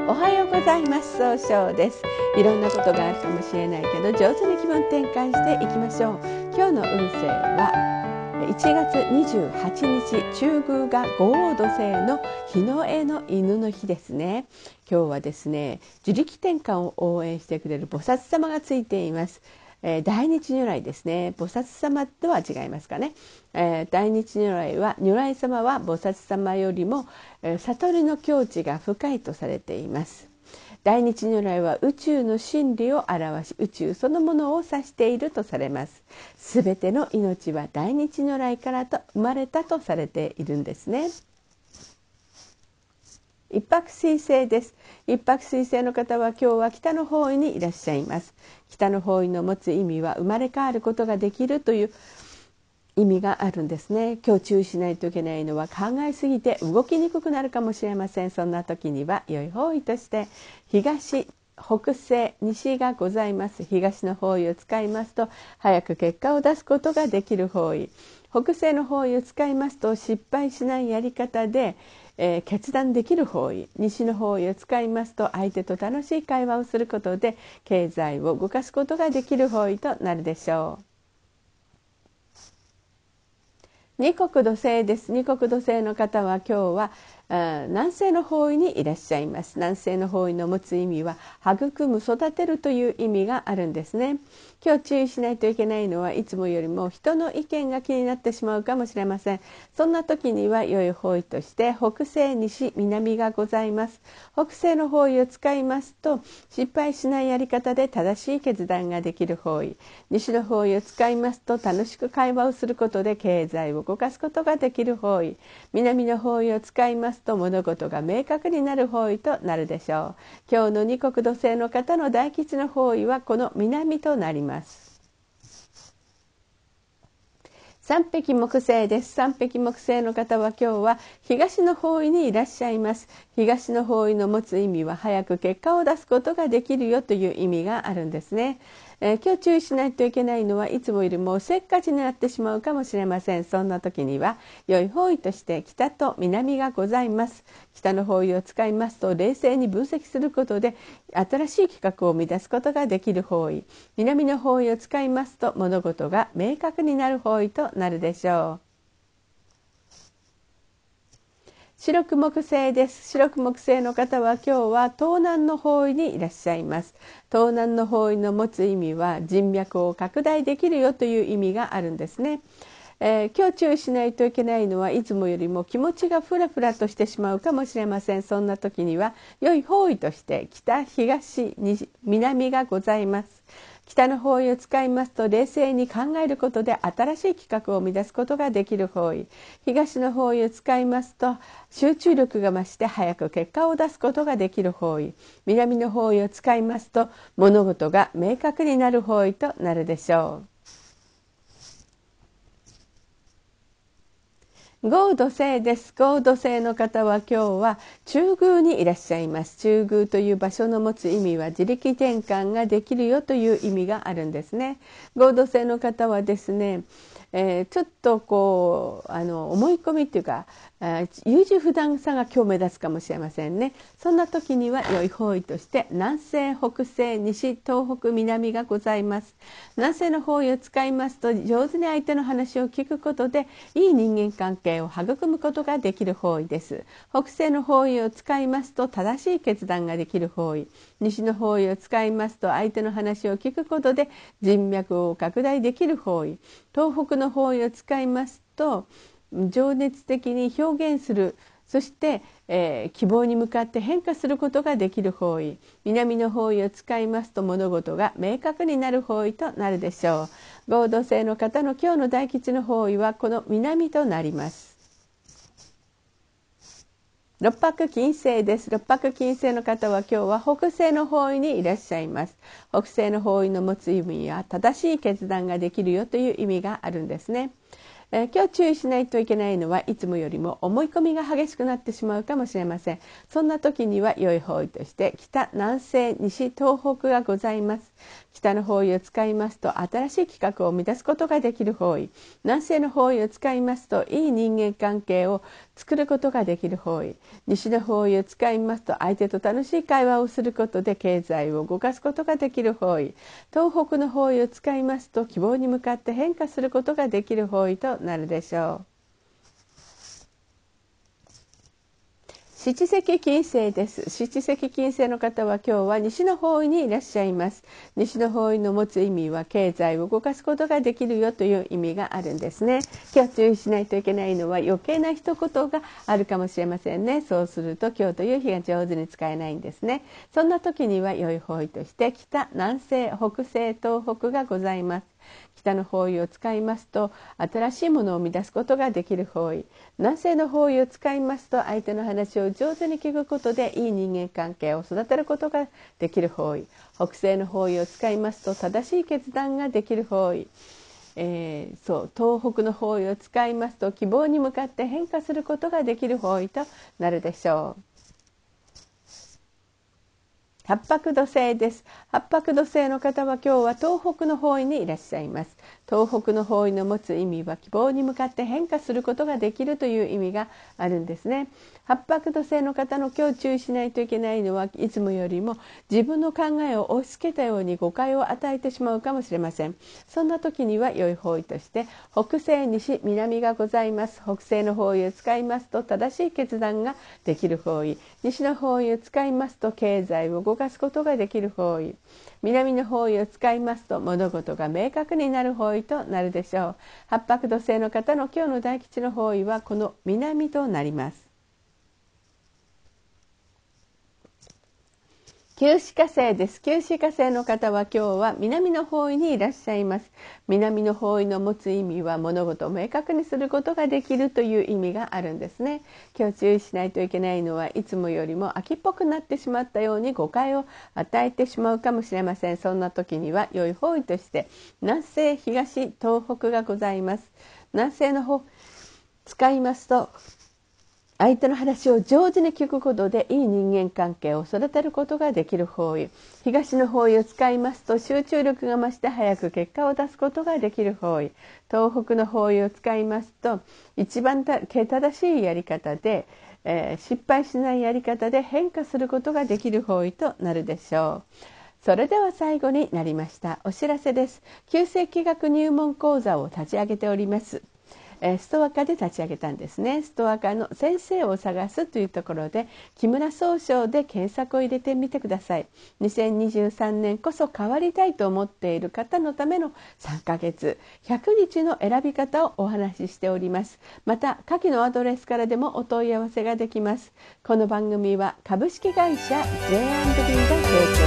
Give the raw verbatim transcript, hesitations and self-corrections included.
おはようございます。総称です。いろんなことがあるかもしれないけど、上手に気分転換していきましょう。今日の運勢はいちがつにじゅうはちにち、中宮が五黄土星の日の絵の犬の日ですね。今日はですね、自力転換を応援してくれる菩薩様がついています。えー、大日如来ですね。菩薩様とは違いますかね。えー、大日如来は如来様は菩薩様よりも、えー、悟りの境地が深いとされています。大日如来は宇宙の真理を表し、宇宙そのものを指しているとされます。すべての命は大日如来からと生まれたとされているんですね。一泊水星です。一泊水星の方は今日は北の方位にいらっしゃいます。北の方位の持つ意味は生まれ変わることができるという意味があるんですね。今日注意しないといけないのは、考えすぎて動きにくくなるかもしれません。そんな時には良い方位として東、北西、西がございます。東の方位を使いますと早く結果を出すことができる方位、北西の方位を使いますと失敗しないやり方でえー、決断できる方位、西の方位を使いますと相手と楽しい会話をすることで経済を動かすことができる方位となるでしょう。二国土星です。二国土星の方は今日は南西の方位にいらっしゃいます。南西の方位の持つ意味は育む、育てるという意味があるんですね。今日注意しないといけないのは、いつもよりも人の意見が気になってしまうかもしれません。そんな時には良い方位として北西、西、南がございます。北西の方位を使いますと失敗しないやり方で正しい決断ができる方位、西の方位を使いますと楽しく会話をすることで経済を動かすことができる方位、南の方位を使いますと物事が明確になる方位となるでしょう。今日の二国土星の方の大吉の方位はこの南となります。三匹木星です。三匹木星の方は今日は東の方位にいらっしゃいます。東の方位の持つ意味は早く結果を出すことができるよという意味があるんですね。えー、今日注意しないといけないのは、いつもよりもせっかちになってしまうかもしれません。そんな時には良い方位として北と南がございます。北の方位を使いますと冷静に分析することで新しい企画を生み出すことができる方位、南の方位を使いますと物事が明確になる方位となるでしょう。白く木星です。白く木星の方は今日は東南の方位にいらっしゃいます。東南の方位の持つ意味は人脈を拡大できるよという意味があるんですね。えー、今日注意しないといけないのは、いつもよりも気持ちがフラフラとしてしまうかもしれません。そんな時には良い方位として北、東、西、南がございます。北の方位を使いますと冷静に考えることで新しい企画を生み出すことができる方位、東の方位を使いますと集中力が増して早く結果を出すことができる方位、南の方位を使いますと物事が明確になる方位となるでしょう。合土星です。合土星の方は今日は中宮にいらっしゃいます。中宮という場所の持つ意味は自力転換ができるよという意味があるんですね。合土星の方はですね、えー、ちょっとこうあの思い込みっていうか優柔不断さが今日目立つかもしれませんね。そんな時には良い方位として南西、北西、西、東北、南がございます。南西の方位を使いますと上手に相手の話を聞くことでいい人間関係を育むことができる方位です。北西の方位を使いますと正しい決断ができる方位、西の方位を使いますと相手の話を聞くことで人脈を拡大できる方位、東北の方位を使いますと情熱的に表現する、そして、えー、希望に向かって変化することができる方位、南の方位を使いますと物事が明確になる方位となるでしょう。合土星の方の今日の大吉の方位はこの南となります。六白金星です。六白金星の方は今日は北西の方位にいらっしゃいます。北西の方位の持つ意味は正しい決断ができるよという意味があるんですね。えー、今日注意しないといけないのはいつもよりも思い込みが激しくなってしまうかもしれません。そんな時には良い方位として北、南西、西、東北がございます。北の方位を使いますと新しい企画を生み出すことができる方位、南西の方位を使いますといい人間関係を作ることができる方位。西の方位を使いますと相手と楽しい会話をすることで経済を動かすことができる方位。東北の方位を使いますと希望に向かって変化することができる方位となるでしょう。七石金星です。七石金星の方は今日は西の方位にいらっしゃいます。西の方位の持つ意味は経済を動かすことができるよという意味があるんですね。今日注意しないといけないのは余計な一言があるかもしれませんね。そうすると今日という日が上手に使えないんですね。そんな時には良い方位として北、南西、北西、東北がございます。北の方位を使いますと新しいものを生み出すことができる方位。南西の方位を使いますと相手の話を上手に聞くことでいい人間関係を育てることができる方位。北西の方位を使いますと正しい決断ができる方位。えー、そう東北の方位を使いますと希望に向かって変化することができる方位となるでしょう。八白土星です。八白土星の方は今日は東北の方位にいらっしゃいます。東北の方位の持つ意味は希望に向かって変化することができるという意味があるんですね。八白土星の方の今日注意しないといけないのはいつもよりも自分の考えを押し付けたように誤解を与えてしまうかもしれません。そんな時には良い方位として北西、西、南がございます。北西の方位を使いますと正しい決断ができる方位。西の方位を使いますと経済を動かすことができる方位。南の方位を使いますと物事が明確になる方位となるでしょう。八白土星の方の今日の大吉の方位はこの南となります。九死火星です。九死火星の方は今日は南の方位にいらっしゃいます。南の方位の持つ意味は物事を明確にすることができるという意味があるんですね。今日注意しないといけないのはいつもよりも秋っぽくなってしまったように誤解を与えてしまうかもしれません。そんな時には良い方位として南西、東、東北がございます。南西の方使いますと相手の話を上手に聞くことでいい人間関係を育てることができる方位。東の方位を使いますと集中力が増して早く結果を出すことができる方位。東北の方位を使いますと一番正しいやり方で、えー、失敗しないやり方で変化することができる方位となるでしょう。それでは最後になりましたお知らせです。旧世紀学入門講座を立ち上げております。ストアカで立ち上げたんですね。ストアカの先生を探すというところで木村総称で検索を入れてみてください。にせんにじゅうさんねんこそ変わりたいと思っている方のためのさんかげつひゃくにちの選び方をお話ししております。また下記のアドレスからでもお問い合わせができます。この番組は株式会社 ジェイアンドビー が提供